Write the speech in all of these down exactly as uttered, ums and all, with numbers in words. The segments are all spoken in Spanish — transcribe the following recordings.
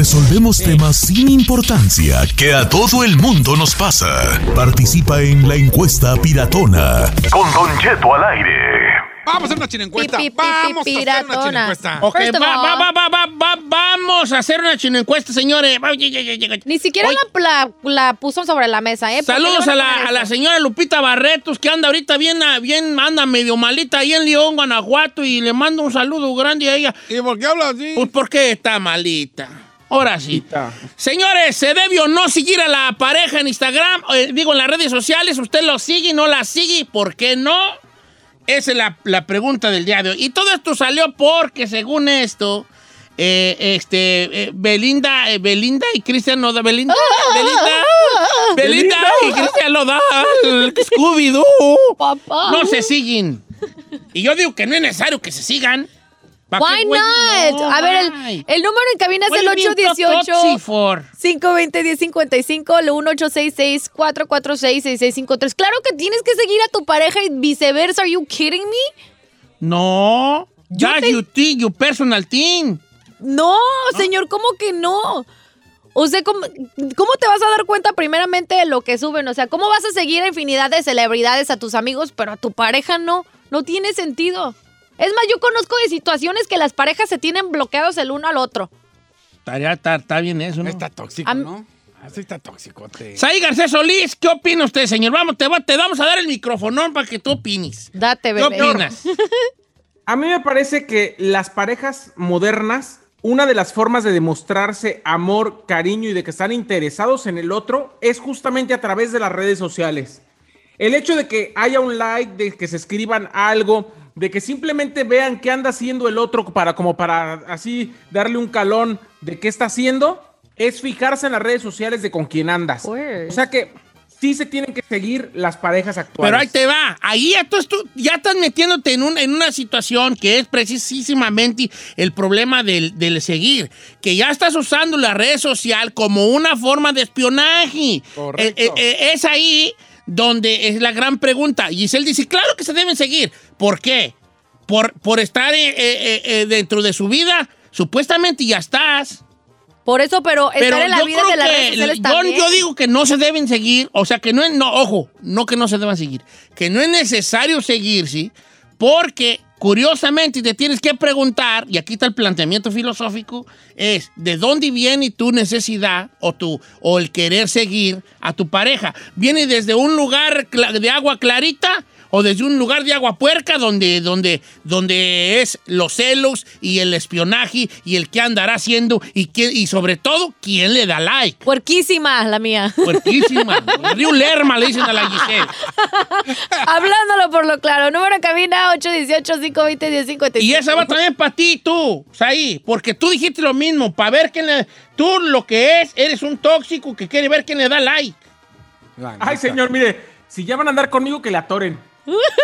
Resolvemos temas sin importancia que a todo el mundo nos pasa. Participa en la encuesta piratona. Con Don Cheto al aire. Vamos a hacer una chinencuesta. Pi, pi, pi, Vamos pi, a hacer una chinencuesta. Ok, First of va, all- va, va, va, va, va, vamos a hacer una chinencuesta, señores. Ni siquiera Oye, la, la, la puso sobre la mesa, ¿eh? ¿Por qué Saludos le a van la, poner a la eso? señora Lupita Barretos, que anda ahorita bien, bien, anda medio malita ahí en León, Guanajuato, y le mando un saludo grande a ella. ¿Y por qué hablas así? Pues porque está malita. Ahora sí. Señores, ¿se debe o no seguir a la pareja en Instagram? Eh, digo, en las redes sociales, ¿usted lo sigue y no la sigue? ¿Por qué no? Esa es la, la pregunta del día de hoy. Y todo esto salió porque, según esto, eh, este, eh, Belinda, eh, Belinda y Cristian Nodal, Belinda, Belinda, Belinda y Cristian Nodal, Scooby-Doo, Papá. no se siguen. Y yo digo que no es necesario que se sigan. ¿Pa' Why qué, güey? not? No, a ver, el, ay. el número en cabina es What el do you ocho mean, uno toxic ocho, for? cinco dos cero, uno cero cinco cinco, el uno ocho seis seis, cuatro cuatro seis, seis seis cinco tres. Claro que tienes que seguir a tu pareja y viceversa. Are you kidding me? No. Yo That's te- your thing, your personal thing. No, señor, ¿cómo que no? O sea, ¿cómo, ¿cómo te vas a dar cuenta primeramente de lo que suben? O sea, ¿cómo vas a seguir a infinidad de celebridades a tus amigos, pero a tu pareja no? No tiene sentido. Es más, yo conozco de situaciones que las parejas se tienen bloqueados el uno al otro. Estaría, está, está bien eso, ¿no? Está tóxico, Am- ¿no? Así está tóxicote. Saí Garcés Solís, ¿qué opina usted, señor? Vamos, te, va- te vamos a dar el micrófono para que tú opines. Date, ¿Qué bebé. opinas? A mí me parece que las parejas modernas, una de las formas de demostrarse amor, cariño y de que están interesados en el otro es justamente a través de las redes sociales. El hecho de que haya un like, de que se escriban algo, de que simplemente vean qué anda haciendo el otro para como para así darle un calón de qué está haciendo, es fijarse en las redes sociales de con quién andas. Word. O sea que sí se tienen que seguir las parejas actuales. Pero ahí te va. Ahí ya, tú, tú- ya estás metiéndote en, un- en una situación que es precisamente el problema del, del seguir. Que ya estás usando la red social como una forma de espionaje. Correcto. Eh, eh, eh, es ahí donde es la gran pregunta. Giselle dice, claro que se deben seguir. ¿Por qué? Por, por estar eh, eh, eh, dentro de su vida. Supuestamente ya estás. Por eso, pero estar Pero en la yo vida creo de las que redes sociales yo, también. yo digo que no se deben seguir, o sea, que no es, no, ojo, no que no se deban seguir, que no es necesario seguir, ¿sí? Porque, curiosamente, te tienes que preguntar, y aquí está el planteamiento filosófico, es ¿de dónde viene tu necesidad o, tu, o el querer seguir a tu pareja? ¿Viene desde un lugar cla- de agua clarita? ¿O desde un lugar de agua puerca donde, donde, donde es los celos y el espionaje y el qué andará haciendo y, qué, y sobre todo, quién le da like? Puerquísima, la mía. Fuertísima. Río Lerma le dicen a la Giselle. Hablándolo por lo claro. Número en cabina ocho uno ocho, cinco dos cero, diez cincuenta y cinco. Y esa va también para ti, tú, Saí, porque tú dijiste lo mismo, para ver quién le... Tú lo que es, eres un tóxico que quiere ver quién le da like. La Ay, neta. señor, mire, si ya van a andar conmigo, que le atoren.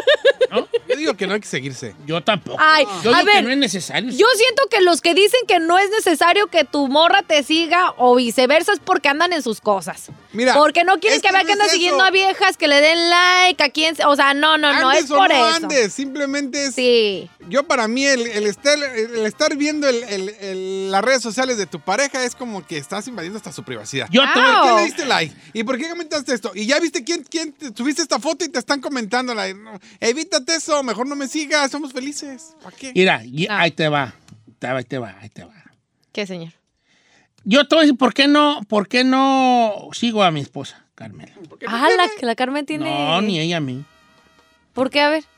Yo digo que no hay que seguirse. Yo tampoco. Ay, Yo a digo que ver, no es necesario. Yo siento que los que dicen que no es necesario que tu morra te siga o viceversa es porque andan en sus cosas. Mira, porque no quieren es que que vean no que andan es siguiendo eso. a viejas, que le den like, a quien... O sea, no, no, no, Andes es o por no eso. andes, simplemente es... Sí. Yo para mí el, el estar, el estar viendo el- el- el- las redes sociales de tu pareja es como que estás invadiendo hasta su privacidad. Yo te Ah. ¿Por qué Oh. le diste like? ¿Y por qué comentaste esto? ¿Y ya viste quién, quién te- subiste esta foto y te están comentando? Like, no, evítate eso, mejor no me sigas, somos felices. ¿Para qué? Mira, y- No. ahí te va. Te va, Ahí te va, ahí te va. ¿Qué, señor? Yo te voy a decir, ¿por qué no, por qué no sigo a mi esposa, Carmela? Ah, la, que la Carmen tiene... No, ni ella a mí. ¿Por qué? A ver.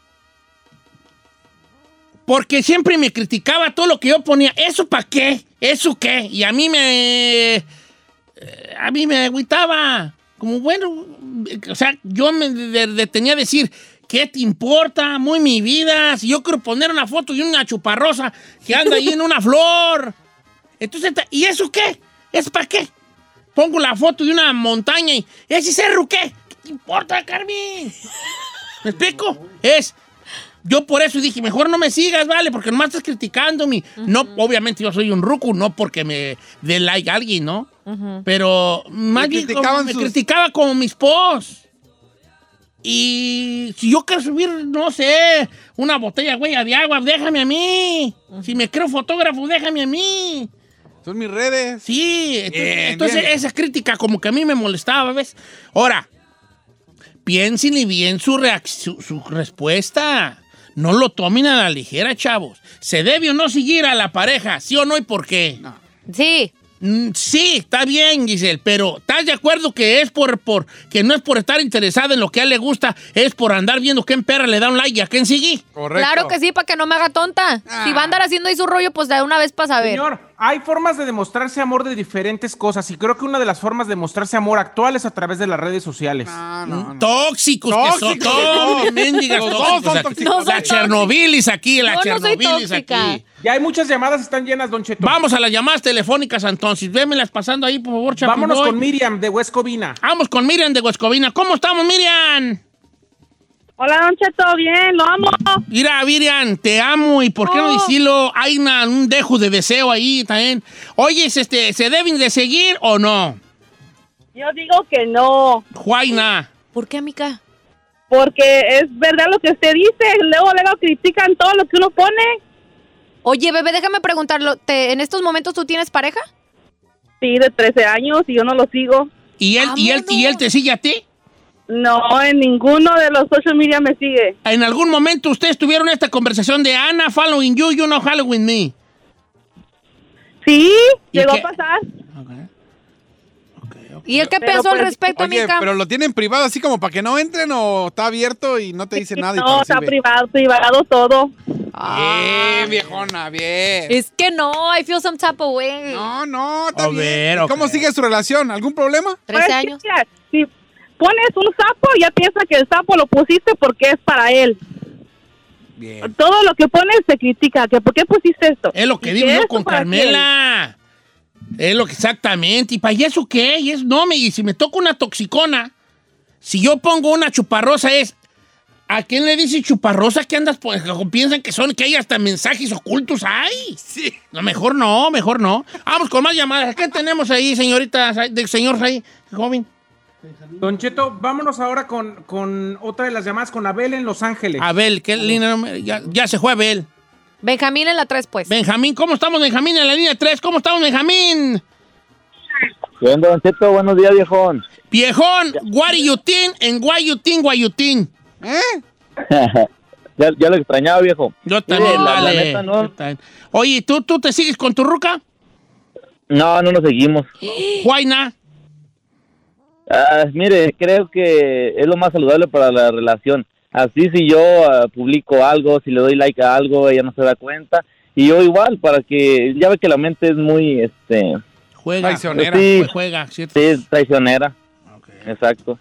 Porque siempre me criticaba todo lo que yo ponía. ¿Eso para qué? ¿Eso qué? Y a mí me... eh, A mí me agüitaba. Como, bueno... O sea, yo me de- detenía a decir... ¿Qué te importa? Muy mi vida. Si yo quiero poner una foto de una chuparrosa que anda ahí en una flor. Entonces, ¿y eso qué? ¿Es para qué? Pongo la foto de una montaña y... ¿Ese cerro qué? ¿Qué te importa, Carmen? ¿Me explico? Es... Yo por eso dije, mejor no me sigas, ¿vale? Porque nomás estás criticándome. No, obviamente yo soy un ruco, no porque me dé like a alguien, ¿no? Pero más Me bien como criticaban me sus- criticaba como mis posts. Y si yo quiero subir, no sé, una botella, güey, de agua, déjame a mí. Si me creo fotógrafo, déjame a mí. Son mis redes. Sí, entonces, Bien, entonces bien. esa crítica como que a mí me molestaba, ¿ves? Ahora, piénsenle bien su, reac- su, su respuesta. No lo tomen a la ligera, chavos. ¿Se debe o no seguir a la pareja? ¿Sí o no y por qué? No. Sí. Mm, sí, está bien, Giselle, pero ¿estás de acuerdo que es por, por que no es por estar interesada en lo que a él le gusta, es por andar viendo quién perra le da un like y a quién sigue? Correcto. Claro que sí, para que no me haga tonta. Ah. Si va a andar haciendo ahí su rollo, pues de una vez para saber. Señor, hay formas de demostrarse amor de diferentes cosas y creo que una de las formas de mostrarse amor actual es a través de las redes sociales. No, no, no. Tóxicos, que son Tóxicos, todos, no. mendigas Los dos tóxicos son aquí. tóxicos. No, La son Chernobylis aquí, la Yo no soy Chernobylis tóxica. aquí. Ya hay muchas llamadas, están llenas, Don Cheto. Vamos a las llamadas telefónicas, entonces. Vémelas pasando ahí, por favor, Chapi Vámonos Boy. con Miriam de Huescovina. Vamos con Miriam de Huescovina. ¿Cómo estamos, Miriam? Hola, Don Cheto, bien, lo amo. Mira, Miriam, te amo y por qué no Oh. decirlo, hay una- un dejo de deseo ahí también. Oye, este, ¿se deben de seguir o no? Yo digo que no, Juaina. ¿Por qué, amiga? porque es verdad lo que usted dice. Luego, luego critican todo lo que uno pone. Oye, bebé, déjame preguntarlo. ¿te- ¿En estos momentos tú tienes pareja? Sí, de trece años y yo no lo sigo. ¿Y él, y, él, ¿Y él te sigue a ti? No, en ninguno de los social media me sigue. ¿En algún momento ustedes tuvieron esta conversación de Ana following you, you no following me? Sí, ¿Y llegó qué? a pasar. ¿Y él qué Pero, pensó al pues, respecto, Oye, amiga? pero lo tienen privado así como para que no entren o está abierto y no te dice nada y te No, está recibe? privado, privado todo. Bien, viejona, bien. Es que no, I feel some type of way. No, no, está A bien. ver, ¿Y ¿Cómo ok. sigue su relación? ¿Algún problema? trece Pues, años. mira, si pones un sapo, ya piensa que el sapo lo pusiste porque es para él. Bien. Todo lo que pones se critica. Que ¿por qué pusiste esto? Es lo que ¿Y digo qué yo es con para Carmela. Es lo que exactamente. ¿Y para eso qué? Y es, no, me, y si me toca una toxicona, si yo pongo una chuparrosa es, ¿a quién le dice chuparrosa? ¿Qué andas? Pues, piensan que son, que hay hasta mensajes ocultos. ¡Ay! Sí. No, mejor no, mejor no. Vamos con más llamadas. ¿Qué tenemos ahí, señorita, de señor ahí, joven? Don Cheto, vámonos ahora con, con otra de las llamadas con Abel en Los Ángeles. Abel, qué línea, ya, ya se fue Abel. Benjamín en la tres, pues. Benjamín, ¿cómo estamos, Benjamín, en la línea tres? ¿Cómo estamos, Benjamín? ¿Qué onda, Don Cheto? Buenos días, viejón. Viejón, guariyutín, en guayutín, guayutín. ¿Eh? ya, ya lo extrañaba, viejo. Yo también, Sí, la- la vale. neta, ¿no? Yo también. Oye, ¿tú, ¿tú te sigues con tu ruca? No, no nos seguimos. Juaina. Ah, mire, creo que es lo más saludable para la relación. Así si yo ah, publico algo, si le doy like a algo, ella no se da cuenta. Y yo igual, para que, ya ve que la mente es muy, este, Juega. Traicionera. Sí. Juega, ¿cierto? sí, traicionera. Exacto.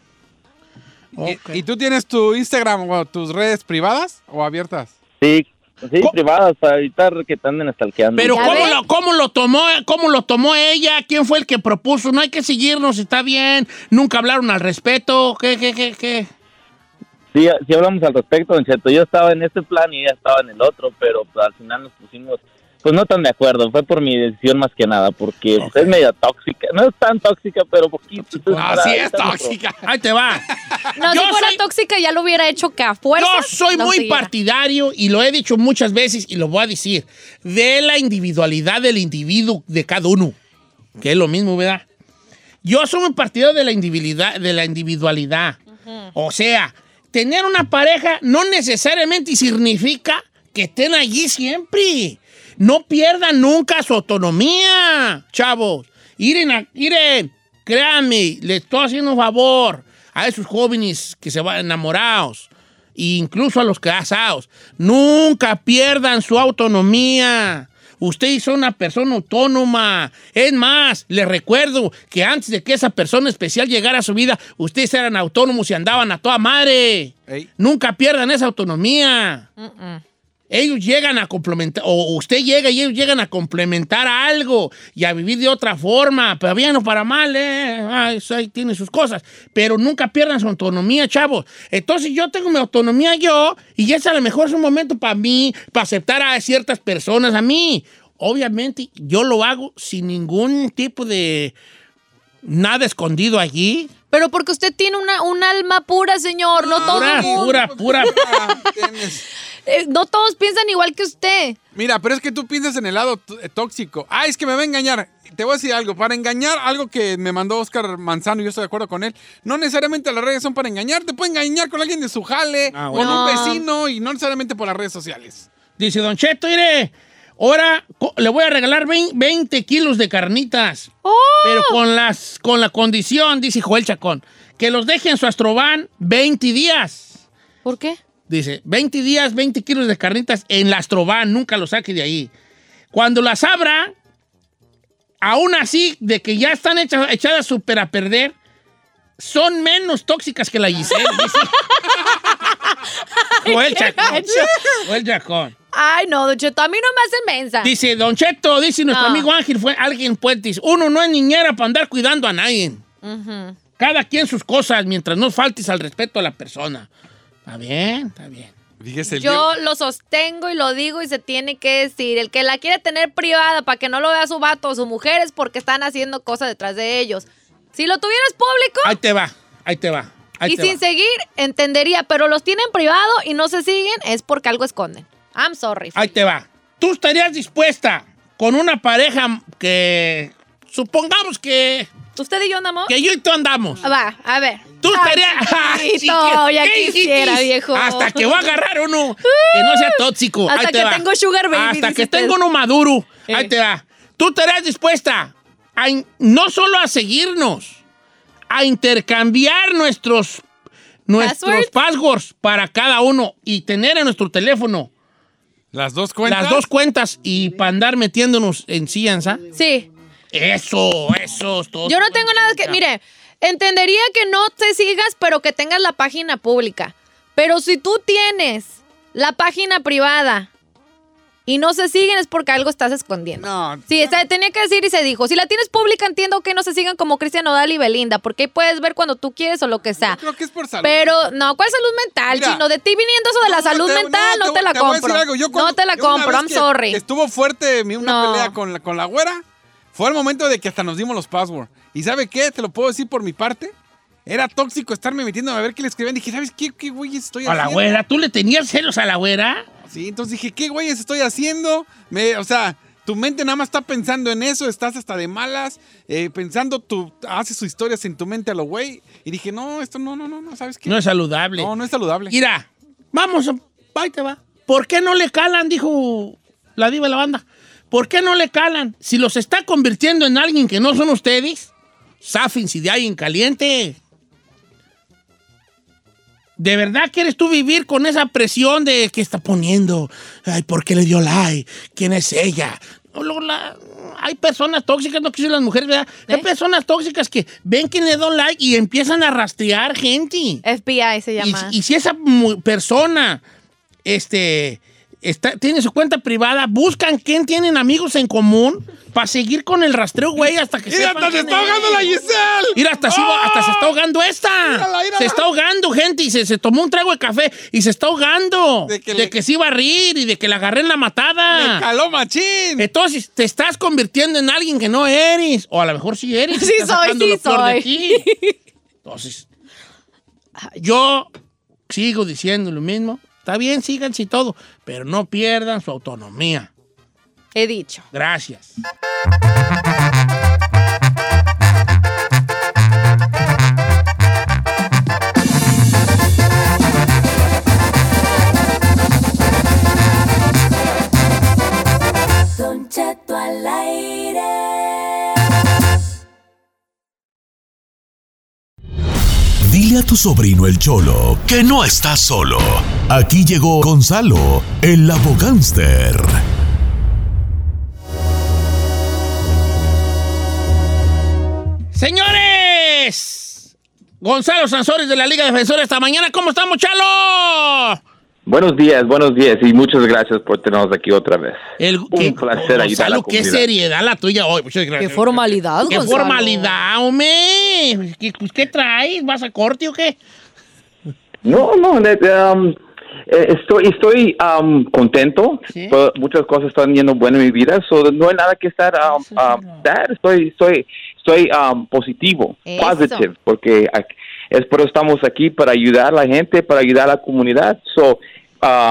¿Y- Ok. ¿Y, tú tienes tu Instagram o tus redes privadas o abiertas? Sí, sí, ¿Cómo? privadas, para evitar que te anden stalkeando. Pero ¿Ya ¿cómo ves? lo, cómo lo tomó, cómo lo tomó ella? ¿Quién fue el que propuso? No hay que seguirnos, está bien. Nunca hablaron al respeto. ¿Qué, qué, qué, qué? Sí, sí hablamos al respecto, Don Cheto. Yo estaba en este plan y ella estaba en el otro, pero pues, al final nos pusimos, pues no tan de acuerdo. Fue por mi decisión más que nada, porque pues, es media tóxica. No es tan tóxica, pero poquito. Entonces, No, para sí es evitar nuestro- tóxica. Ahí te va. No, Yo si fuera soy- tóxica ya lo hubiera hecho que a fuerza. Yo soy no muy siguiera. partidario, y lo he dicho muchas veces y lo voy a decir, de la individualidad del individuo de cada uno. Que es lo mismo, ¿verdad? Yo soy muy partidario de la individualidad. De la individualidad. O sea, tener una pareja no necesariamente significa que estén allí siempre. No pierdan nunca su autonomía, chavos. Iren, a- iren, créanme, le estoy haciendo un favor a esos jóvenes que se van enamorados, e incluso a los casados. Nunca pierdan su autonomía. Ustedes son una persona autónoma. Es más, les recuerdo que antes de que esa persona especial llegara a su vida, ustedes eran autónomos y andaban a toda madre. Ey. Nunca pierdan esa autonomía. Mm-mm. Ellos llegan a complementar, o usted llega y ellos llegan a complementar a algo y a vivir de otra forma, para bien o para mal, ¿eh? Ah, eso ahí tiene sus cosas, pero nunca pierdan su autonomía, chavos. Entonces yo tengo mi autonomía yo, y ese a lo mejor es un momento para mí, para aceptar a ciertas personas a mí. Obviamente yo lo hago sin ningún tipo de nada escondido allí. Pero porque usted tiene una, un alma pura, señor. No todo Pura, el mundo. pura, pura. Ah, tienes- Eh, no todos piensan igual que usted. Mira, pero es que tú piensas en el lado t- tóxico. Ah, es que me va a engañar. Te voy a decir algo. Para engañar, algo que me mandó Oscar Manzano, y yo estoy de acuerdo con él, no necesariamente las redes son para engañar. Te puede engañar con alguien de su jale, Ah, con bueno. un No. vecino, y no necesariamente por las redes sociales. Dice Don Cheto, mire, ahora co- le voy a regalar vein- veinte kilos de carnitas. ¡Oh! Pero con, las, con la condición, dice Joel Chacón, que los deje en su Astrovan veinte días. ¿Por qué? Dice, veinte días, veinte kilos de carnitas en la Astrovan, nunca los saque de ahí. Cuando las abra, aún así, de que ya están hechas, echadas súper a perder, son menos tóxicas que la Giselle, dice. Joel Chacón. Joel Chacón. Ay, no, Don Cheto, a mí no me hacen mensa. Dice, Don Cheto, dice nuestro No. amigo Ángel, fue alguien pues, dice, uno no es niñera para andar cuidando a nadie. Ujú. Cada quien sus cosas, mientras no faltes al respeto a la persona. Está bien, está bien. Fíjese, el Yo lo sostengo y lo digo y se tiene que decir. El que la quiere tener privada para que no lo vea su vato o su mujer es porque están haciendo cosas detrás de ellos. Si lo tuvieras público Ahí te va, ahí te va. Ahí y te sin va. seguir, entendería. Pero los tienen privado y no se siguen es porque algo esconden. I'm sorry. Ahí te va. ¿Tú estarías dispuesta con una pareja que, supongamos que, ¿Usted y yo andamos? que yo y tú andamos? Va, a ver. ¿Tú Ay, estarías... Ay, chiquito, chiqui- ya ¿qué quisiera, dijiste? viejo. Hasta que voy a agarrar uno que no sea tóxico. Hasta Ahí te que va. tengo sugar baby, Hasta dice que usted. tengo uno maduro. Eh. Ahí te va. ¿Tú estarías dispuesta a in- no solo a seguirnos, a intercambiar nuestros, nuestros ¿Passwords? passwords para cada uno y tener en nuestro teléfono Las dos cuentas. las dos cuentas y para andar metiéndonos en cianza? Sí. Eso, eso es todo. Yo no tengo nada que... Mire, entendería que no te sigas, pero que tengas la página pública. Pero si tú tienes la página privada y no se siguen es porque algo estás escondiendo. No. Sí, está- tenía que decir y se dijo. Si la tienes pública, entiendo que no se sigan como Cristian Nodal y Belinda, porque ahí puedes ver cuando tú quieres o lo que sea. Yo creo que es por salud. Pero, no, ¿cuál salud mental, Mira, Chino? De ti viniendo eso de la No, salud te- mental, no, te, la voy a decir compro. algo. Yo no cuando- te la yo una compro, vez I'm que sorry. Estuvo fuerte mi- una No. pelea con la, con la güera. Fue el momento de que hasta nos dimos los passwords. ¿Y sabe qué? Te lo puedo decir por mi parte. Era tóxico estarme metiéndome a ver qué le escribían. Dije, ¿sabes qué, qué güeyes estoy ¿A la haciendo? güera? ¿Tú le tenías celos a la güera? Sí, entonces dije, ¿qué güeyes estoy haciendo? Me, o sea, tu mente nada más está pensando en eso, estás hasta de malas, eh, pensando, tú haces sus historias en tu mente a lo güey. Y dije, no, esto no, no, no, no, ¿sabes qué? No es saludable. No, no es saludable. Mira, vamos, a- ahí te va. ¿Por qué no le calan? Dijo la diva de la banda. ¿Por qué no le calan? Si los está convirtiendo en alguien que no son ustedes, záfense de alguien caliente. ¿De verdad quieres tú vivir con esa presión de que está poniendo? Ay, ¿por qué le dio like? ¿Quién es ella? No, luego la- hay personas tóxicas, no quisiera las mujeres, ¿verdad? ¿Eh? Hay personas tóxicas que ven quién le dio like y empiezan a rastrear gente. F B I se Y, llama. y si esa mu- persona este, está, tiene su cuenta privada, buscan quién tienen amigos en común para seguir con el rastreo, güey, hasta que ¡Mira, sepan hasta se quién está es. ahogando la Giselle! Mira, hasta, sí, ¡Ah! hasta se está ahogando esta. Mírala, mírala. Se está ahogando, gente, y se, se tomó un trago de café y se está ahogando. De De que que, le- se iba a rir y de que la agarré en la ¡Me matada. caló machín! Entonces, te estás convirtiendo en alguien que no eres. O a lo mejor sí eres. Sí estás soy, sacando sí lo peor de soy. ti. Entonces, yo sigo diciendo lo mismo. Está bien, síganse y todo, pero no pierdan su autonomía. He dicho. Gracias. Don Cheto al aire. Dile a tu sobrino el Cholo que no está solo. Aquí llegó Gonzalo, el abogánster. Señores, Gonzalo Sansores de la Liga Defensora esta mañana. ¿Cómo estamos, Chalo? Buenos días, buenos días y muchas gracias por tenernos aquí otra vez. El, Un qué- placer ayudar a la Gonzalo, qué comunidad. seriedad la tuya hoy. Muchas Qué gracias. formalidad, Qué Gonzalo. formalidad, hombre. ¿Qué, pues, ¿qué traes? ¿Vas a corte o qué? No, no, ne- um, eh, estoy, estoy um, contento. Sí. Pero muchas cosas están yendo bueno en mi vida, so no hay nada que estar um, um, sad. Estoy, estoy, estoy um, positivo, Eso. positive, porque ac- es por eso estamos aquí para ayudar a la gente, para ayudar a la comunidad. So, um,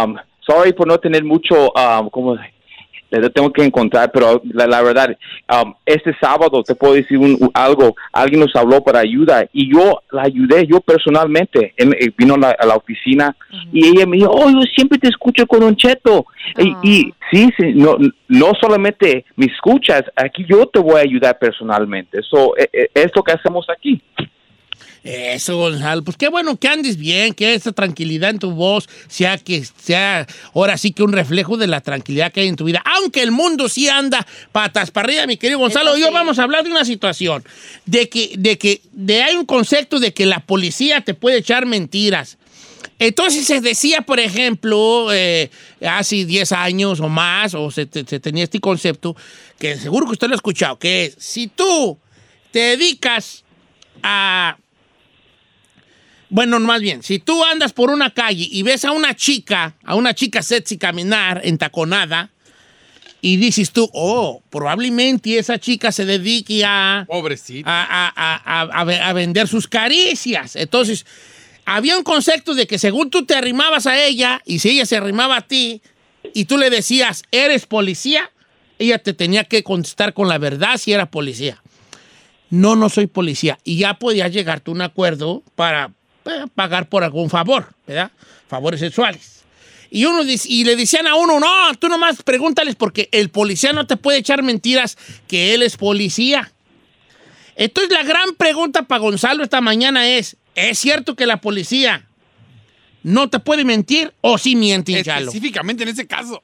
sorry por no tener mucho, um, como lo tengo que encontrar, pero la, la verdad, um, este sábado te puedo decir un, un, algo, alguien nos habló para ayuda y yo la ayudé, yo personalmente, en, en, vino a la, a la oficina uh-huh. y ella me dijo, oh, yo siempre te escucho con Don Cheto. Uh-huh. Y, y sí, sí no, no solamente me escuchas, aquí yo te voy a ayudar personalmente. Eso es, es lo que hacemos aquí. Eso, Gonzalo, pues qué bueno que andes bien, que esa tranquilidad en tu voz sea que sea ahora sí que un reflejo de la tranquilidad que hay en tu vida, aunque el mundo sí anda patas para arriba, mi querido Gonzalo. Hoy sí. Vamos a hablar de una situación, de que, de que de hay un concepto de que la policía te puede echar mentiras. Entonces se decía, por ejemplo, eh, hace diez años o más, o se, se tenía este concepto, que seguro que usted lo ha escuchado, que es, si tú te dedicas a... Bueno, más bien, si tú andas por una calle y ves a una chica, a una chica sexy caminar entaconada, y dices tú, oh, probablemente esa chica se dedique a... Pobrecita. A, a, a, a, a vender sus caricias. Entonces, había un concepto de que según tú te arrimabas a ella, y si ella se arrimaba a ti, y tú le decías, ¿eres policía? Ella te tenía que contestar con la verdad si era policía. No, no soy policía. Y ya podías llegarte a un acuerdo para... pagar por algún favor, ¿verdad? Favores sexuales. Y, uno, y le decían a uno, no, tú nomás pregúntales porque el policía no te puede echar mentiras que él es policía. Entonces la gran pregunta para Gonzalo esta mañana es, ¿es cierto que la policía no te puede mentir o sí mienten, Chalo? Específicamente en ese caso.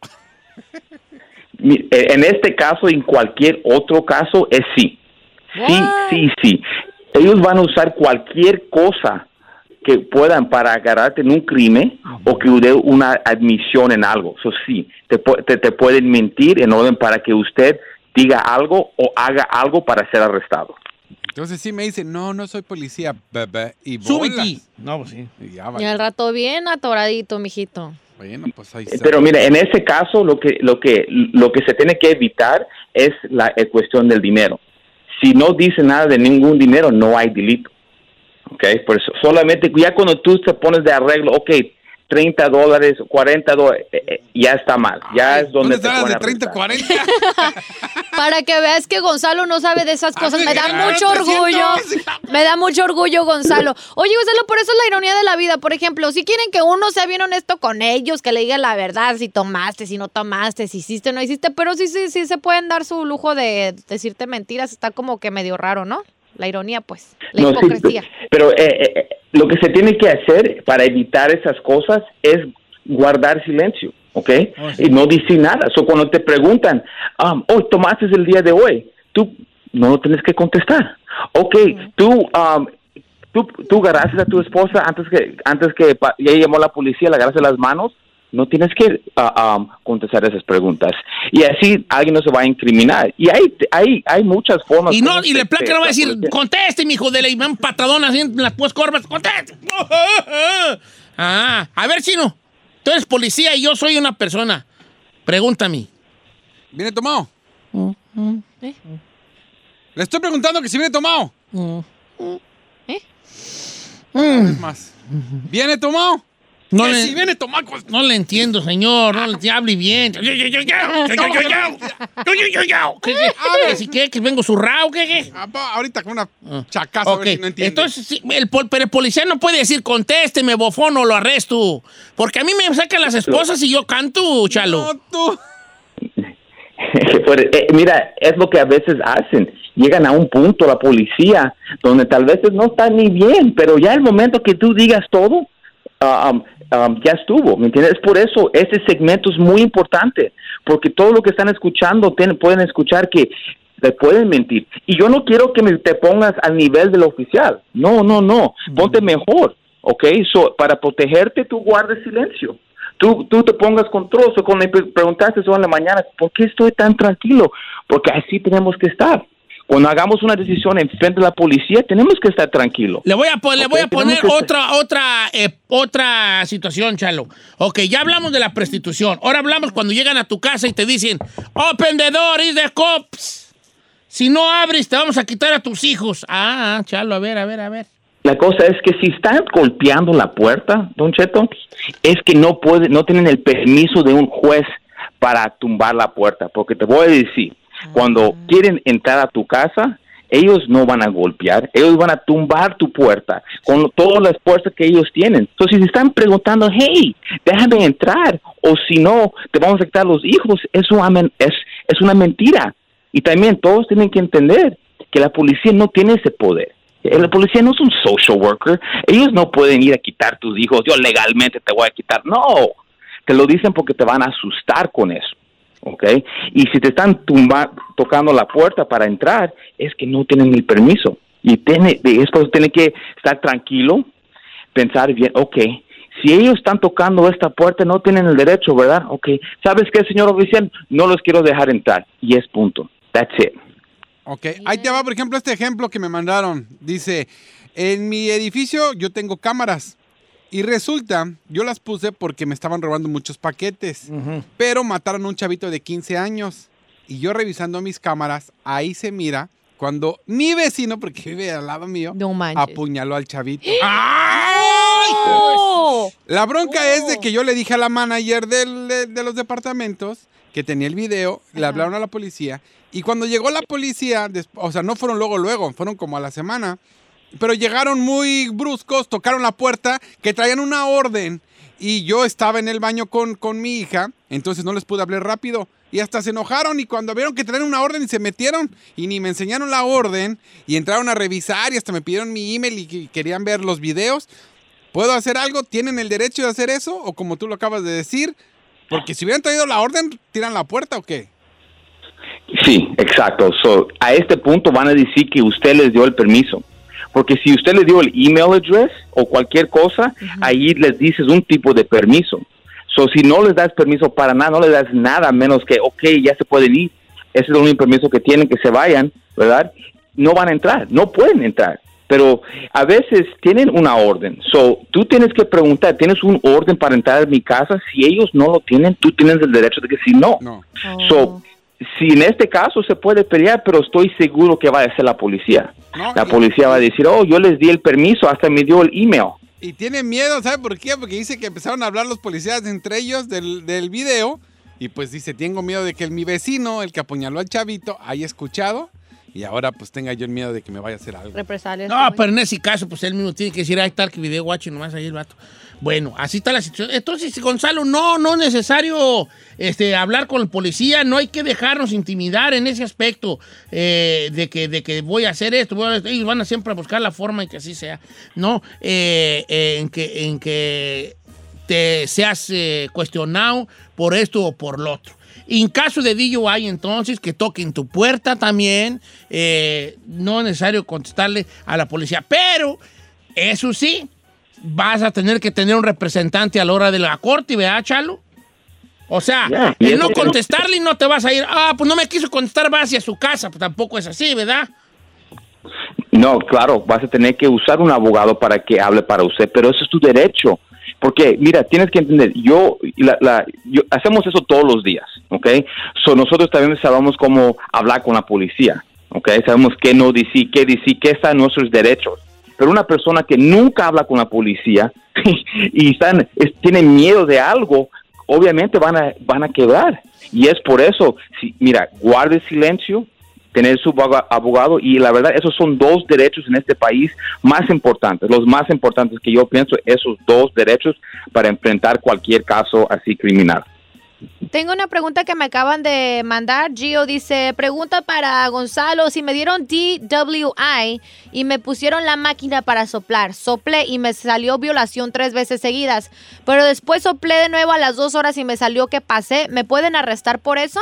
En este caso y en cualquier otro caso es sí. Sí, What? sí, sí. Ellos van a usar cualquier cosa que puedan para agarrarte en un crimen o que dé una admisión en algo. Eso sí, te, te, te pueden mentir en orden para que usted diga algo o haga algo para ser arrestado. Entonces sí me dicen, no, no soy policía, bebé. Y súbete. No, pues sí. Y, ya, y al rato bien atoradito, mijito. Bueno, pues ahí está. Pero mira, en ese caso lo que, lo que, lo que se tiene que evitar es la cuestión del dinero. Si no dice nada de ningún dinero, no hay delito. Ok, por eso solamente ya cuando tú te pones de arreglo, ok, treinta dólares, cuarenta dólares, eh, eh, ya está mal. Ya Ay, es donde te pones de treinta, cuarenta. Para que veas que Gonzalo no sabe de esas cosas. Me da mucho orgullo. Me da mucho orgullo, Gonzalo. Oye, Gonzalo, por eso es la ironía de la vida. Por ejemplo, si quieren que uno sea bien honesto con ellos, que le diga la verdad, si tomaste, si no tomaste, si hiciste o no hiciste, pero sí, sí, sí se pueden dar su lujo de decirte mentiras. Está como que medio raro, ¿no? La ironía, pues, la no, hipocresía. Sí, pero eh, eh, lo que se tiene que hacer para evitar esas cosas es guardar silencio, ¿ok? Oh, sí. Y no decir nada. So, cuando te preguntan, um, oh, tomaste el día de hoy, tú no tienes que contestar. Ok, uh-huh. tú, um, tú, tú agarraste a tu esposa antes que, antes que ya llamó la policía, le agarraste las manos. No tienes que uh, um, contestar esas preguntas. Y así alguien no se va a incriminar. Y hay hay, hay muchas formas. Y no y le placa no va a decir, conteste, mijo, de la imán patadón así en las pues corvas. Conteste. Ah, a ver, Chino. Tú eres policía y yo soy una persona. Pregúntame. ¿Viene tomado? Uh-huh. ¿Eh? Le estoy preguntando que si viene tomado. Uh-huh. ¿Eh? Una vez más. ¿Viene tomado? No le, si viene tomado, no le entiendo, señor. No le hable bien. ¿Qué? ¿Qué? ¿Que vengo zurrado? ¿Qué? ¿Qué? Ahorita con una chacaza, okay. A ver si no entiende. Entonces, sí, el, pero el policía no puede decir, contésteme, bofón, o lo arresto. Porque a mí me sacan las esposas y yo canto, Chalo. No, tú. Pues, eh, mira, es lo que a veces hacen. Llegan a un punto, la policía, donde tal vez no está ni bien, pero ya el momento que tú digas todo, Uh, um, um, ya estuvo, ¿me entiendes? Por eso este segmento es muy importante, porque todo lo que están escuchando tienen, pueden escuchar que te pueden mentir. Y yo no quiero que me, te pongas al nivel del oficial. No, no, no. Ponte mejor, ¿ok? So, para protegerte, tú guardes silencio. Tú, tú te pongas control. So, cuando me preguntaste eso en la mañana, ¿por qué estoy tan tranquilo? Porque así tenemos que estar. Cuando hagamos una decisión en frente de la policía, tenemos que estar tranquilos. Le voy a, po- le okay, voy a poner que... otra otra eh, otra situación, Chalo. Ok, ya hablamos de la prostitución. Ahora hablamos cuando llegan a tu casa y te dicen, open the door, is the cops. Si no abres, te vamos a quitar a tus hijos. Ah, Chalo, a ver, a ver, a ver. La cosa es que si están golpeando la puerta, Don Cheto, es que no puede, no tienen el permiso de un juez para tumbar la puerta, porque te voy a decir, cuando quieren entrar a tu casa, ellos no van a golpear, ellos van a tumbar tu puerta con todas las puertas que ellos tienen. Entonces, si están preguntando, hey, déjame entrar, o si no, te vamos a quitar los hijos, es una, es, es una mentira. Y también todos tienen que entender que la policía no tiene ese poder. La policía no es un social worker. Ellos no pueden ir a quitar tus hijos. Yo legalmente te voy a quitar. No, te lo dicen porque te van a asustar con eso. ¿Ok? Y si te están tumba, tocando la puerta para entrar, es que no tienen el permiso. Y tiene, es por eso tiene que estar tranquilo, pensar bien, ok, si ellos están tocando esta puerta, no tienen el derecho, ¿verdad? Ok, ¿sabes qué, señor oficial? No los quiero dejar entrar. Y es punto. That's it. Ok, ahí te va, por ejemplo, este ejemplo que me mandaron. Dice, en mi edificio yo tengo cámaras. Y resulta, yo las puse porque me estaban robando muchos paquetes, uh-huh. pero mataron a un chavito de quince años. Y yo revisando mis cámaras, ahí se mira cuando mi vecino, porque vive al lado mío, no apuñaló al chavito. ¡Ay! ¡Oh! La bronca oh. es de que yo le dije a la manager del, de, de los departamentos que tenía el video, uh-huh. le hablaron a la policía. Y cuando llegó la policía, o sea, no fueron luego, luego, fueron como a la semana, pero llegaron muy bruscos, tocaron la puerta, que traían una orden. Y yo estaba en el baño con, con mi hija, entonces no les pude hablar rápido. Y hasta se enojaron y cuando vieron que traían una orden y se metieron y ni me enseñaron la orden y entraron a revisar y hasta me pidieron mi email y, y querían ver los videos. ¿Puedo hacer algo? ¿Tienen el derecho de hacer eso? O como tú lo acabas de decir, porque si hubieran traído la orden, ¿tiran la puerta o qué? Sí, exacto. So, a este punto van a decir que usted les dio el permiso. Porque si usted le dio el email address o cualquier cosa, uh-huh. ahí les dices un tipo de permiso. So, si no les das permiso para nada, no les das nada, menos que, ok, ya se pueden ir. Ese es el único permiso que tienen, que se vayan, ¿verdad? No van a entrar, no pueden entrar. Pero a veces tienen una orden. So, tú tienes que preguntar, ¿tienes un orden para entrar a mi casa? Si ellos no lo tienen, tú tienes el derecho de decir no. no. Oh. So, si en este caso se puede pelear, pero estoy seguro que va a ser la policía. No, la policía va a decir, oh, yo les di el permiso, hasta me dio el email. Y tiene miedo, ¿sabe por qué? Porque dice que empezaron a hablar los policías entre ellos del, del video. Y pues dice, tengo miedo de que el, mi vecino, el que apuñaló al chavito, haya escuchado. Y ahora pues tenga yo el miedo de que me vaya a hacer algo. Represalias. No, pero en ese caso, pues él mismo tiene que decir, ahí está el video guacho y nomás ahí el vato. Bueno, así está la situación. Entonces, Gonzalo, no, no es necesario este, hablar con el policía, no hay que dejarnos intimidar en ese aspecto eh, de, que, de que voy a hacer esto, voy a, ellos van a siempre a buscar la forma en que así sea. No, eh, eh, en, que, en que te seas eh, cuestionado por esto o por lo otro. En caso de D U I, entonces, que toquen tu puerta también, eh, no es necesario contestarle a la policía. Pero, eso sí, vas a tener que tener un representante a la hora de la corte, ¿verdad, Chalo? O sea, yeah, el no contestarle no te vas a ir, ah, pues no me quiso contestar, va hacia su casa. Pues tampoco es así, ¿verdad? No, claro, vas a tener que usar un abogado para que hable para usted, pero eso es tu derecho. Porque, mira, tienes que entender, yo, la, la, yo hacemos eso todos los días, ¿ok? So, nosotros también sabemos cómo hablar con la policía, ¿ok? Sabemos qué no decir, qué decir, qué están nuestros derechos. Pero una persona que nunca habla con la policía y están, es, tienen miedo de algo, obviamente van a, van a quebrar. Y es por eso, si, mira, guarde silencio, tener su abogado, y la verdad, esos son dos derechos en este país más importantes, los más importantes que yo pienso, esos dos derechos para enfrentar cualquier caso así criminal. Tengo una pregunta que me acaban de mandar. Gio dice, pregunta para Gonzalo, si me dieron D W I y me pusieron la máquina para soplar, soplé y me salió violación tres veces seguidas, pero después soplé de nuevo a las dos horas y me salió que pasé, ¿me pueden arrestar por eso?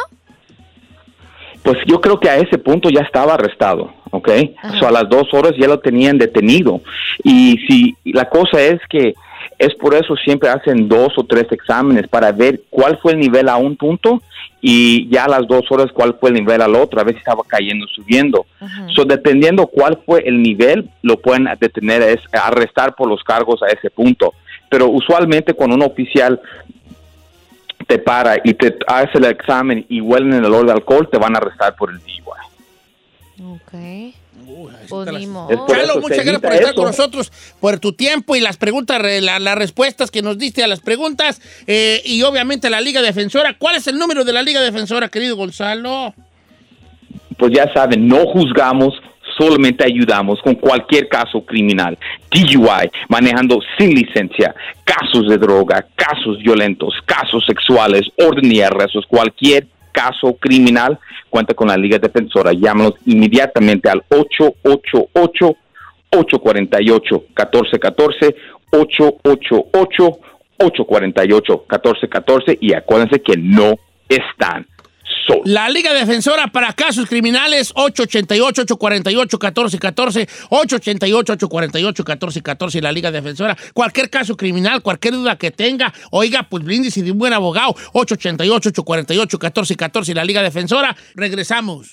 Pues yo creo que a ese punto ya estaba arrestado, ¿ok? O sea, a las dos horas ya lo tenían detenido. Y si la cosa es que es por eso siempre hacen dos o tres exámenes para ver cuál fue el nivel a un punto y ya a las dos horas cuál fue el nivel al otro, a ver si estaba cayendo o subiendo. Uh-huh. So, dependiendo cuál fue el nivel, lo pueden detener, es arrestar por los cargos a ese punto. Pero usualmente cuando un oficial te para y te hace el examen y huelen el olor de alcohol, te van a arrestar por el D U I. Ok. Uy, Pues ni modo. Chalo, muchas gracias por estar con nosotros, por tu tiempo y las preguntas, la, las respuestas que nos diste a las preguntas. Eh, y obviamente la Liga Defensora. ¿Cuál es el número de la Liga Defensora, querido Gonzalo? Pues ya saben, no juzgamos, solamente ayudamos con cualquier caso criminal. D U I, manejando sin licencia, casos de droga, casos violentos, casos sexuales, orden y arrestos, cualquier caso criminal, cuenta con la Liga Defensora. Llámanos inmediatamente al ocho ocho ocho, ocho cuatro ocho, uno cuatro uno cuatro, ocho ocho ocho, ocho cuatro ocho, uno cuatro uno cuatro y acuérdense que no están solos. La Liga Defensora para casos criminales, ocho ocho ocho, ocho cuatro ocho, uno cuatro uno cuatro, ocho ocho ocho, ocho cuatro ocho, uno cuatro uno cuatro, la Liga Defensora. Cualquier caso criminal, cualquier duda que tenga, oiga, pues brindis de un buen abogado, ocho ocho ocho, ocho cuatro ocho, uno cuatro uno cuatro, la Liga Defensora. Regresamos.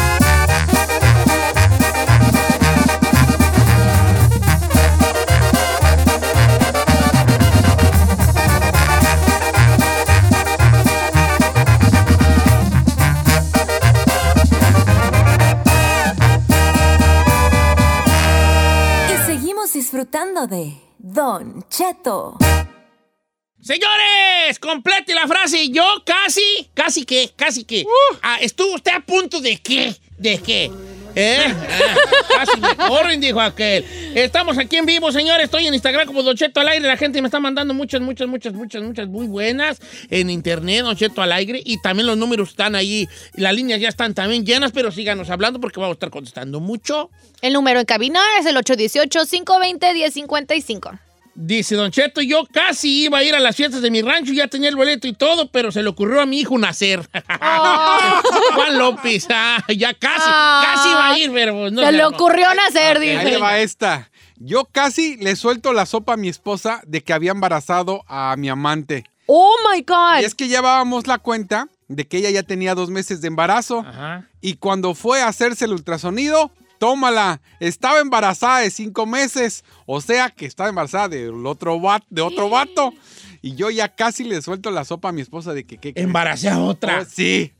Disfrutando de Don Cheto. Señores, complete la frase. Yo casi, casi que, casi que. Uh. Ah, ¿estuvo usted a punto de qué? ¿De qué? ¿Eh? Ah, casi me corren, dijo aquel. Estamos aquí en vivo, señores. Estoy en Instagram como Don Cheto al aire. La gente me está mandando muchas, muchas, muchas, muchas, muchas muy buenas en internet, Don Cheto al aire. Y también los números están ahí. Las líneas ya están también llenas, pero síganos hablando porque vamos a estar contestando mucho. El número en cabina es el ocho uno ocho, cinco dos cero, uno cero cinco cinco. Dice Don Cheto, yo casi iba a ir a las fiestas de mi rancho, ya tenía el boleto y todo, pero se le ocurrió a mi hijo nacer. Oh. Juan López, ah, ya casi, oh. casi iba a ir, pero no. Se le ocurrió nacer, dice. Ahí le va esta. Yo casi le suelto la sopa a mi esposa de que había embarazado a mi amante. Oh, my God. Y es que llevábamos la cuenta de que ella ya tenía dos meses de embarazo. Ajá. Y cuando fue a hacerse el ultrasonido, tómala, estaba embarazada de cinco meses, o sea que estaba embarazada del otro vato, de otro vato. Y yo ya casi le suelto la sopa a mi esposa de que... que ¿Embaracé a otra? Oh, sí.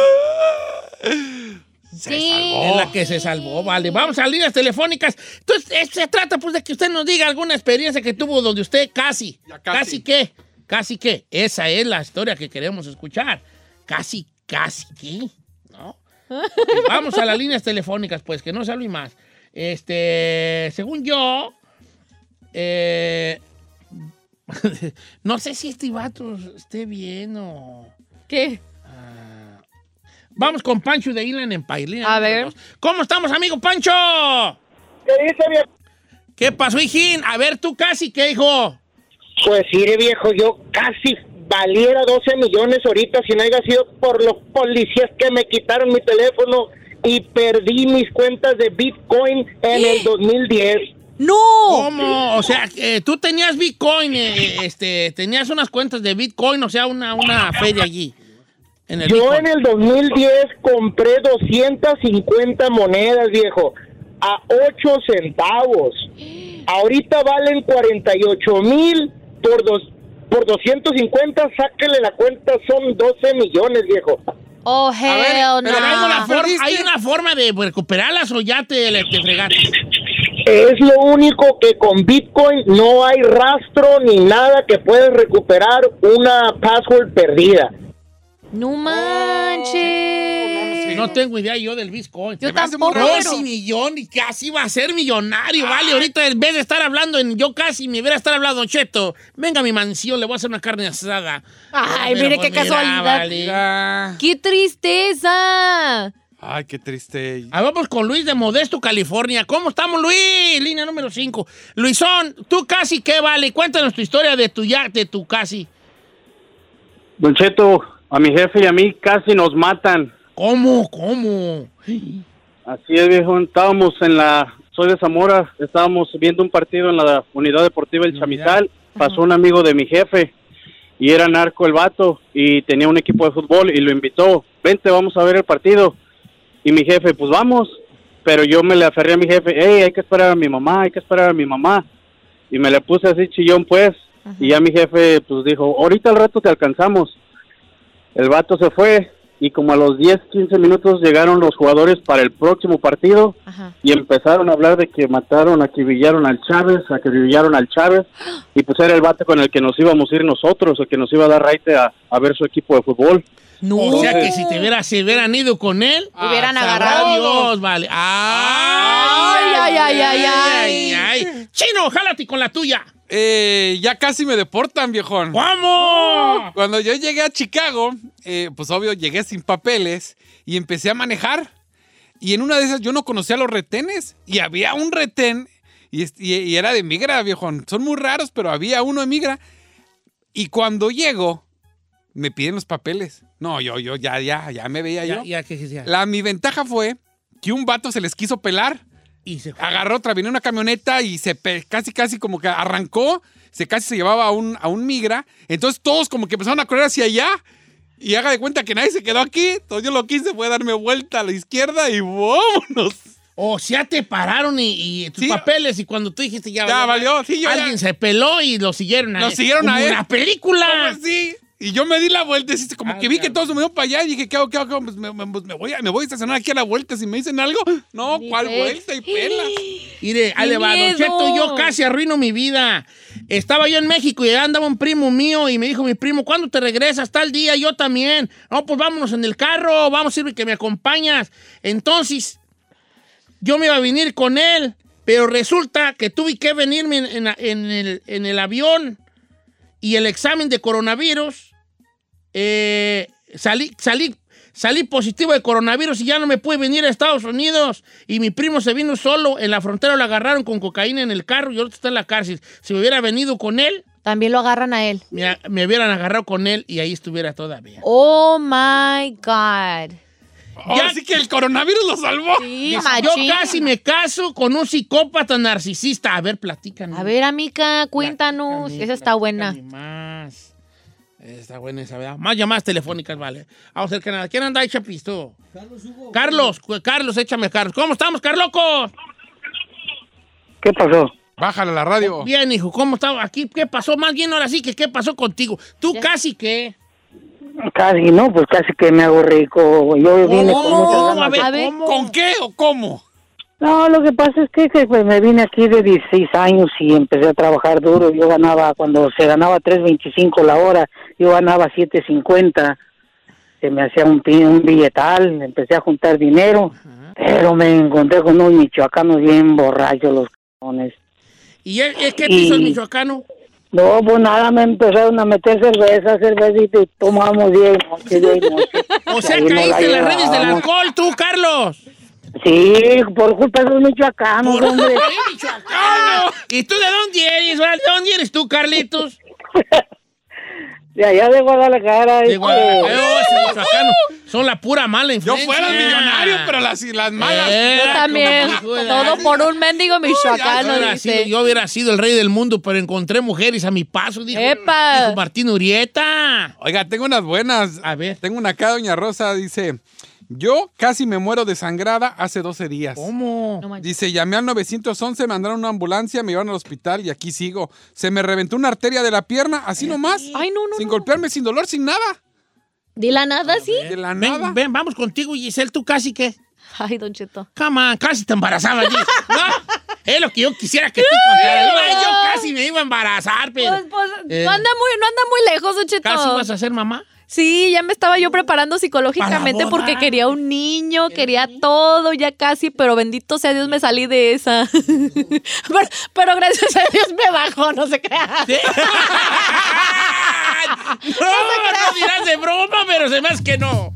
Se sí. salvó. Es la que se salvó, vale. Vamos a líneas telefónicas. Entonces, se trata pues de que usted nos diga alguna experiencia que tuvo donde usted casi, ya casi, casi qué, casi qué. Esa es la historia que queremos escuchar. Casi, casi qué, ¿no? Okay, vamos a las líneas telefónicas, pues, que no se hable más. Este, según yo, eh, no sé si este vato esté bien o... ¿Qué? Uh, vamos con Pancho de Inland Empire. A ver. Dos. ¿Cómo estamos, amigo Pancho? ¿Qué dice, viejo? ¿Qué pasó, hijín? A ver, tú casi, ¿qué, hijo? Pues sí, viejo, yo casi... valiera doce millones ahorita si no haya sido por los policías que me quitaron mi teléfono y perdí mis cuentas de Bitcoin en ¿Eh? el dos mil diez. ¡No! ¿Cómo? O sea, eh, tú tenías Bitcoin, eh, este, tenías unas cuentas de Bitcoin, o sea, una, una feria allí. En el Yo Bitcoin. En el dos mil diez compré doscientas cincuenta monedas, viejo, a ocho centavos. Ahorita valen cuarenta y ocho mil por dos. Por doscientos cincuenta, sáquele la cuenta, son doce millones, viejo. Oh, hell no. Pero hay una, forma, hay una forma de recuperarlas o ya te, te fregaste. Es lo único que con Bitcoin no hay rastro ni nada que puedas recuperar una password perdida. No manches. Oh, no, no tengo idea yo del Bitcoin. Yo tampoco. Casi millón y casi va a ser millonario, Ay. vale. Ahorita en vez de estar hablando en yo casi, me hubiera estar hablando Cheto. Venga a mi mansión, le voy a hacer una carne asada. Ay, pero, mire pues, qué mira, casualidad. Vale. ¡Qué tristeza! Ay, qué triste. Ah, vamos con Luis de Modesto, California. ¿Cómo estamos, Luis? Línea número cinco. Luisón, tú casi, ¿qué vale? Cuéntanos tu historia de tu ya, de tu casi. Don Cheto, a mi jefe y a mí casi nos matan. ¿Cómo? ¿Cómo? Así es, viejo. Estábamos en la... Soy de Zamora. Estábamos viendo un partido en la Unidad Deportiva El Chamizal. Pasó un amigo de mi jefe y era narco el vato y tenía un equipo de fútbol y lo invitó. Vente, vamos a ver el partido. Y mi jefe, pues vamos. Pero yo me le aferré a mi jefe. Hey, hay que esperar a mi mamá, hay que esperar a mi mamá. Y me le puse así chillón, pues. Uh-huh. Y ya mi jefe, pues dijo, ahorita al rato te alcanzamos. El vato se fue y como a los diez, quince minutos llegaron los jugadores para el próximo partido. Ajá. Y empezaron a hablar de que mataron, acribillaron al Chávez, acribillaron al Chávez, y pues era el vato con el que nos íbamos a ir nosotros, el que nos iba a dar raite a, a ver su equipo de fútbol. No. O sea que si te hubiera, si hubieran ido con él, hubieran ah, agarrado. Dios, vale. Ay, ay, ay, ay, ay, ay, ay. Chino, jálate con la tuya. Eh, ya casi me deportan, viejón. ¿Cómo? Cuando yo llegué a Chicago, eh, pues obvio, llegué sin papeles y empecé a manejar. Y en una de esas yo no conocía los retenes. Y había un retén y, y, y era de migra, viejón. Son muy raros, pero había uno de migra. Y cuando llego, me piden los papeles. No, yo, yo, ya, ya, ya me veía ya, yo. Ya, ¿qué, ya? La, mi ventaja fue que un vato se les quiso pelar. Y se agarró otra, vino una camioneta y se pe casi, casi como que arrancó, se casi se llevaba a un, a un migra. Entonces todos como que empezaron a correr hacia allá y haga de cuenta que nadie se quedó aquí. Entonces yo lo que hice fue darme vuelta a la izquierda y vámonos. O sea, te pararon y, y tus ¿sí? papeles y cuando tú dijiste ya, ya valió, valió. Sí, yo alguien ya... se peló y lo siguieron a él. Lo siguieron como a él. Una película. ¿Cómo así? Y yo me di la vuelta, y como ah, que vi claro. que todos se me iban para allá y dije, ¿qué hago, qué hago? Qué hago? Pues me, me, me, voy a, me voy a estacionar aquí a la vuelta. Si me dicen algo, no, ¿cuál vuelta? Y pela. Mire, ahí le va, Don Cheto, yo casi arruino mi vida. Estaba yo en México y andaba un primo mío y me dijo mi primo, ¿cuándo te regresas? Tal día, yo también. No, pues vámonos en el carro, vamos a ir que me acompañas. Entonces, yo me iba a venir con él, pero resulta que tuve que venirme en, en, en, el, en el avión y el examen de coronavirus. Eh, salí, salí, salí positivo de coronavirus y ya no me pude venir a Estados Unidos. Y mi primo se vino solo. En la frontera lo agarraron con cocaína en el carro y ahorita está en la cárcel. Si me hubiera venido con él, también lo agarran a él. Me, me hubieran agarrado con él y ahí estuviera todavía. Oh my God. Oh, ya, así que el coronavirus lo salvó. Sí, yo casi me caso con un psicópata narcisista. A ver, platícanos. A ver, amiga, cuéntanos. Platícame, esa está buena. Más. Está buena esa, ¿verdad? Más llamadas telefónicas, vale. Vamos a ver, Canadá. ¿Quién anda ahí, Chapisto? Carlos, Hugo. Carlos, Carlos, échame a Carlos. ¿Cómo estamos, Carlocos? ¿Qué pasó? Bájale la radio. Bien, hijo, ¿cómo estamos aquí? ¿Qué pasó? Más bien ahora sí que ¿qué pasó contigo? ¿Tú ¿Qué? casi qué? Casi, no, pues casi que me hago rico. Yo vine con muchas ganas. A ver, a ver, ¿con qué o cómo? No, lo que pasa es que, que pues, me vine aquí de dieciséis años y empecé a trabajar duro. Yo ganaba, cuando se ganaba tres veinticinco la hora, yo ganaba siete cincuenta. Se me hacía un, un billetal, empecé a juntar dinero, uh-huh. pero me encontré con unos michoacanos bien borrachos, los cabrones. ¿Y es, es qué te hizo el michoacano? No, pues nada, me empezaron a meter cerveza, cervecita y tomamos día y noche, día y noche. O sea, caíste en las redes del alcohol, tú, Carlos. Sí, por culpa de los michoacanos, hombre. ¡Michoacano! ¿Y tú de dónde eres? ¿De dónde eres tú, Carlitos? De allá de Guadalajara. De Guadalajara. Este... Michoacano. Son la pura mala influencia. Yo fuera millonario, pero las, las malas. Eh, yo también. Todo por un mendigo michoacano, yo, dice. Sido, yo hubiera sido el rey del mundo, pero encontré mujeres a mi paso, dijo, ¡Epa! dijo Martín Urieta. Oiga, tengo unas buenas. A ver. Tengo una acá, doña Rosa, dice... Yo casi me muero desangrada hace doce días. ¿Cómo? No dice, llamé al nueve once, me mandaron una ambulancia, me llevaron al hospital y aquí sigo. Se me reventó una arteria de la pierna, así nomás. Ay, no, no. Sin no. golpearme, sin dolor, sin nada. ¿De la nada, sí? De la ven, nada. Ven, vamos contigo, Giselle, ¿tú casi qué? Ay, Don Cheto. Come on, casi te embarazaba allí. No, es lo que yo quisiera que tú contaras. No, yo casi me iba a embarazar, pero... Pues, pues, eh, no, anda muy, no anda muy lejos, Don Cheto. ¿Casi vas a ser mamá? Sí, ya me estaba yo preparando psicológicamente porque quería un niño, quería todo, ya casi, pero bendito sea Dios me salí de esa. pero, pero gracias a Dios me bajó, no se crea. ¿Sí? no, no, no dirás de broma, pero se me hace que no.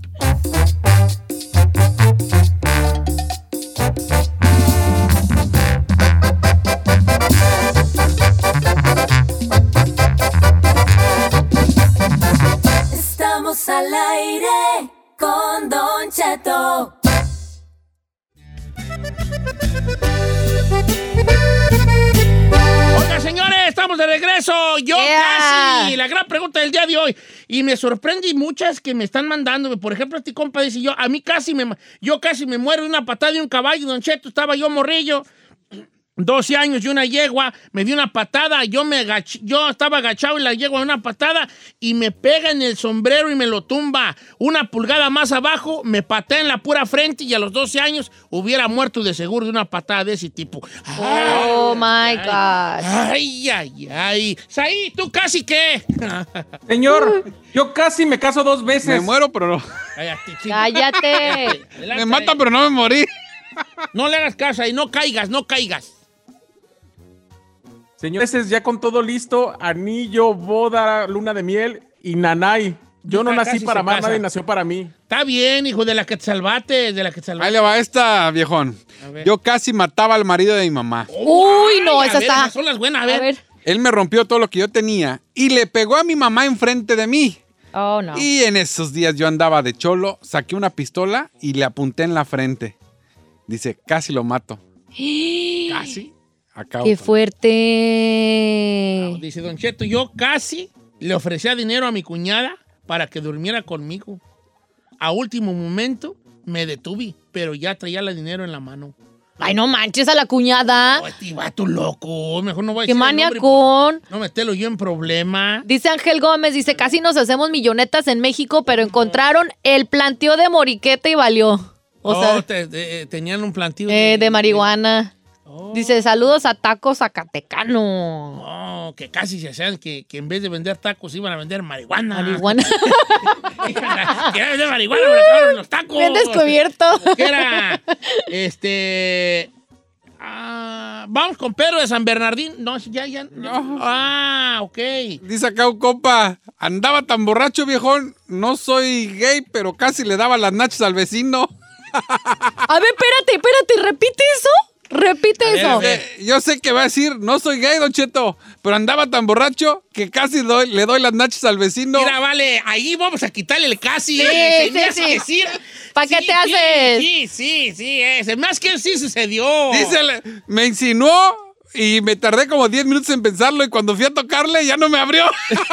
Estamos al aire con Don Cheto. Oiga, señores, estamos de regreso. Yo yeah. casi, la gran pregunta del día de hoy. Y me sorprende muchas que me están mandando. Por ejemplo, este compa dice, yo, a mí casi me, yo casi me muero de una patada de un caballo, Don Cheto, estaba yo morrillo. doce años y una yegua, me dio una patada, yo me agaché, yo estaba agachado y la yegua de una patada y me pega en el sombrero y me lo tumba. Una pulgada más abajo, me patea en la pura frente y a los doce años hubiera muerto de seguro de una patada de ese tipo. Oh, my God. Ay, ay, ay. Saí, ¿tú casi qué? Señor, yo casi me caso dos veces. Me muero, pero no. Cállate, chico. Cállate. Me matan, pero no me morí. No le hagas caso y no caigas, no caigas. Señores, ya con todo listo, anillo, boda, luna de miel y nanay. Yo no Nunca nací casi para se más, casa. nadie nació para mí. Está bien, hijo de la que te salvaste, de la que te salvaste. Ahí le va esta, viejón. A ver. Yo casi mataba al marido de mi mamá. Uy, no, Ay, a esa ver, está. esas son las buenas, a ver. A ver. Él me rompió todo lo que yo tenía y le pegó a mi mamá enfrente de mí. Oh, no. Y en esos días yo andaba de cholo, saqué una pistola y le apunté en la frente. Dice, casi lo mato. Casi. Acabo ¡Qué con- fuerte! Dice Don Cheto, yo casi le ofrecía dinero a mi cuñada para que durmiera conmigo. A último momento me detuve, pero ya traía el dinero en la mano. Ay, no manches a la cuñada. Oh, este vato loco, mejor no voy a ¡Qué decir el nombre maniacón! por no meterlo yo en problema. Dice Ángel Gómez, dice, casi nos hacemos millonetas en México, pero encontraron el planteo de moriqueta y valió. O Oh, sea, te- te- tenían un plantío eh, de marihuana. Oh. Dice, saludos a Tacos Zacatecano. Oh, que casi se hacían que, que en vez de vender tacos iban a vender marihuana. Marihuana. Querían vender marihuana, pero acabaron en los tacos. Bien descubierto. ¿Qué era? Este... ah, vamos con Pedro de San Bernardín. No, ya, ya. No. Ah, ok. Dice acá un compa, andaba tan borracho, viejón. No soy gay, pero casi le daba las nachas al vecino. A ver, espérate, espérate, repite eso. Repite A ver, eso. a ver. Eh, Yo sé que va a decir, no soy gay, Don Cheto, pero andaba tan borracho que casi doy- le doy las nachas al vecino. Mira, vale, ahí vamos a quitarle el casi. Sí, eh, sí, tenías sí. que decir. ¿Pa' qué Sí, te sí, haces? Sí, sí, sí, es. Más que sí sucedió. Dice, me insinuó y me tardé como diez minutos en pensarlo y cuando fui a tocarle ya no me abrió.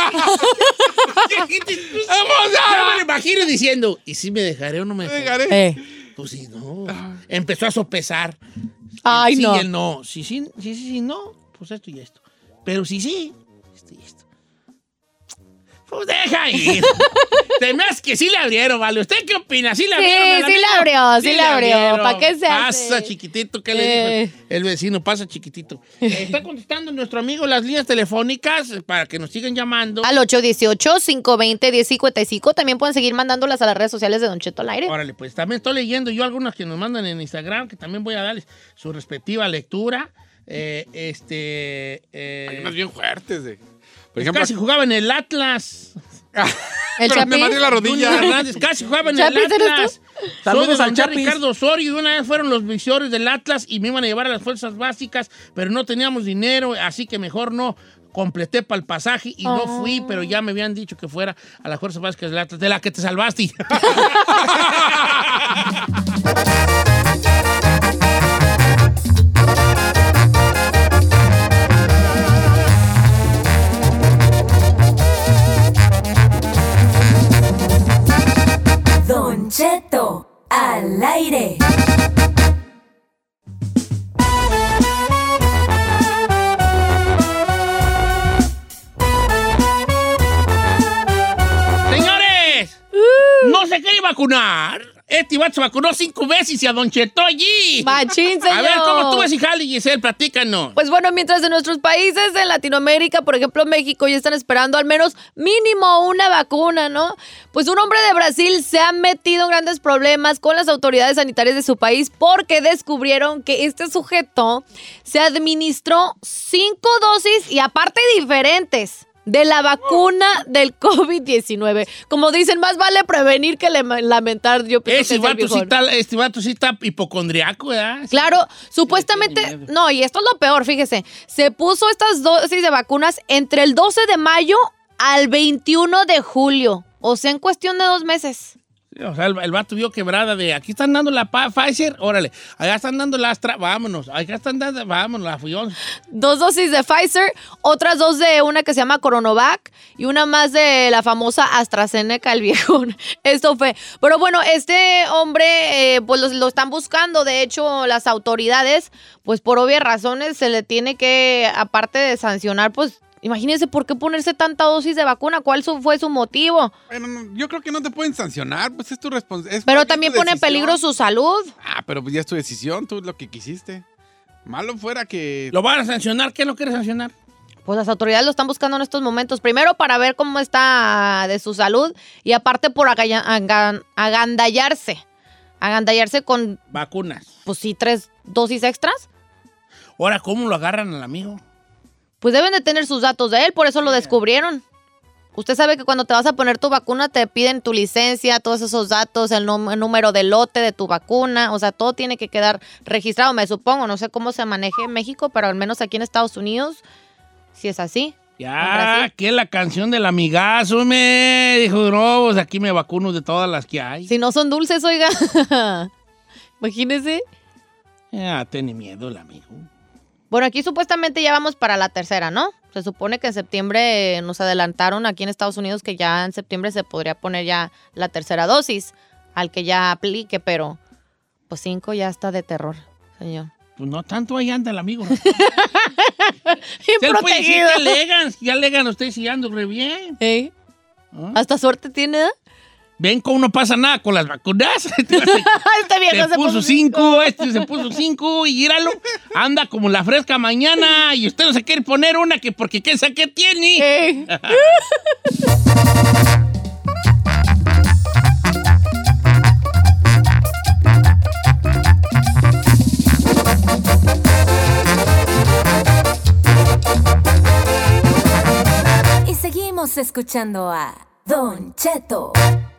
¡Vamos ya! Ya me lo imagino diciendo, ¿y si me dejaré o no me Me dejaré? dejaré. Eh. Pues sí, no. Empezó a sopesar. Ay, sí no. y el no. Sí, sí, sí, sí, sí, no. Pues esto y esto. Pero sí, sí. Esto y esto. Pues deja ir. Se me hace que sí le abrieron, ¿vale? ¿Usted qué opina? ¿Sí le Sí, abrieron? al sí le amigo? abrió, sí le abrió. ¿Pa' qué se hace? Pasa, chiquitito. ¿Qué le Eh. dijo el vecino? Pasa, chiquitito. Eh, está contestando nuestro amigo las líneas telefónicas para que nos sigan llamando. Al ocho uno ocho, cinco dos cero, uno cero cinco cinco. También pueden seguir mandándolas a las redes sociales de Don Cheto al aire. Órale, pues también estoy leyendo yo algunas que nos mandan en Instagram, que también voy a darles su respectiva lectura. Eh, este. eh, Hay unas bien fuertes. De. Por pues ejemplo, casi jugaba en el Atlas. ¿El pero me Chapín? maté la rodilla. Junior Hernández casi jugaba en el ¿Chapis eres Atlas. tú? Soy Saludos de al donde Chapis. Ricardo Osorio y una vez fueron los visores del Atlas y me iban a llevar a las fuerzas básicas, pero no teníamos dinero, así que mejor no completé para el pasaje y no Oh. fui, pero ya me habían dicho que fuera a las fuerzas básicas del Atlas, de la que te salvaste. Don Cheto al aire. ¡Señores! ¡No se quiere vacunar! Este vato se vacunó cinco veces y a Don Cheto allí. Machín, señor. A ver, ¿cómo tú ves, Jali, Giselle? Platícanos. Pues bueno, mientras en nuestros países de Latinoamérica, por ejemplo México, ya están esperando al menos mínimo una vacuna, ¿no? Pues un hombre de Brasil se ha metido en grandes problemas con las autoridades sanitarias de su país porque descubrieron que este sujeto se administró cinco dosis y aparte diferentes de la vacuna del COVID diecinueve. Como dicen, más vale prevenir que le- lamentar. Yo pienso Ese que es el vato, sí mejor. está, este vato sí está hipocondriaco, ¿verdad? Claro, supuestamente, no, y esto es lo peor, fíjese, se puso estas dosis de vacunas entre el doce de mayo al veintiuno de julio, o sea, en cuestión de dos meses. O sea, el, el vato vio quebrada de aquí están dando la pa- Pfizer, órale. Allá están dando la Astra, vámonos. Acá están dando, vámonos, la fuimos. Dos dosis de Pfizer, otras dos de una que se llama Coronavac y una más de la famosa AstraZeneca, el viejón. Esto fue. Pero bueno, este hombre, eh, pues lo, lo están buscando. De hecho, las autoridades, pues por obvias razones, se le tiene que, aparte de sancionar, pues imagínense por qué ponerse tanta dosis de vacuna. ¿Cuál su- fue su motivo? Bueno, no, yo creo que no te pueden sancionar, pues es tu responsabilidad. Pero también pone en peligro su salud. Ah, pero pues ya es tu decisión, tú lo que quisiste. Malo fuera que... ¿Lo van a sancionar? ¿Qué lo quiere sancionar? Pues las autoridades lo están buscando en estos momentos. Primero para ver cómo está de su salud y aparte por agalla- aga- agandallarse. Agandallarse con, Vacunas. pues sí, tres dosis extras. Ahora, ¿cómo lo agarran al amigo? Pues deben de tener sus datos de él, por eso lo descubrieron. Usted sabe que cuando te vas a poner tu vacuna te piden tu licencia, todos esos datos, el, num- el número de lote de tu vacuna, o sea, todo tiene que quedar registrado, me supongo. No sé cómo se maneje en México, pero al menos aquí en Estados Unidos, si es así. Ya, aquí es la canción del amigazo, me dijo, no, pues aquí me vacuno de todas las que hay. Si no son dulces, oiga. Imagínese. Ya, tiene miedo el amigo. Bueno, aquí supuestamente ya vamos para la tercera, ¿no? Se supone que en septiembre eh, nos adelantaron aquí en Estados Unidos que ya en septiembre se podría poner ya la tercera dosis al que ya aplique, pero pues cinco ya está de terror, señor. Pues no tanto, ahí anda el amigo. Bien Usted puede decir protegido. que alegan, ya alegan ustedes y ando re bien. ¿Eh? ¿Ah? Hasta suerte tiene, ¿eh? Ven cómo no pasa nada con las vacunas. Este viejo se, se puso cinco, este se puso cinco y míralo, anda como la fresca mañana y usted no se quiere poner una que porque qué sabe qué tiene. ¿Eh? Y seguimos escuchando a Don Cheto.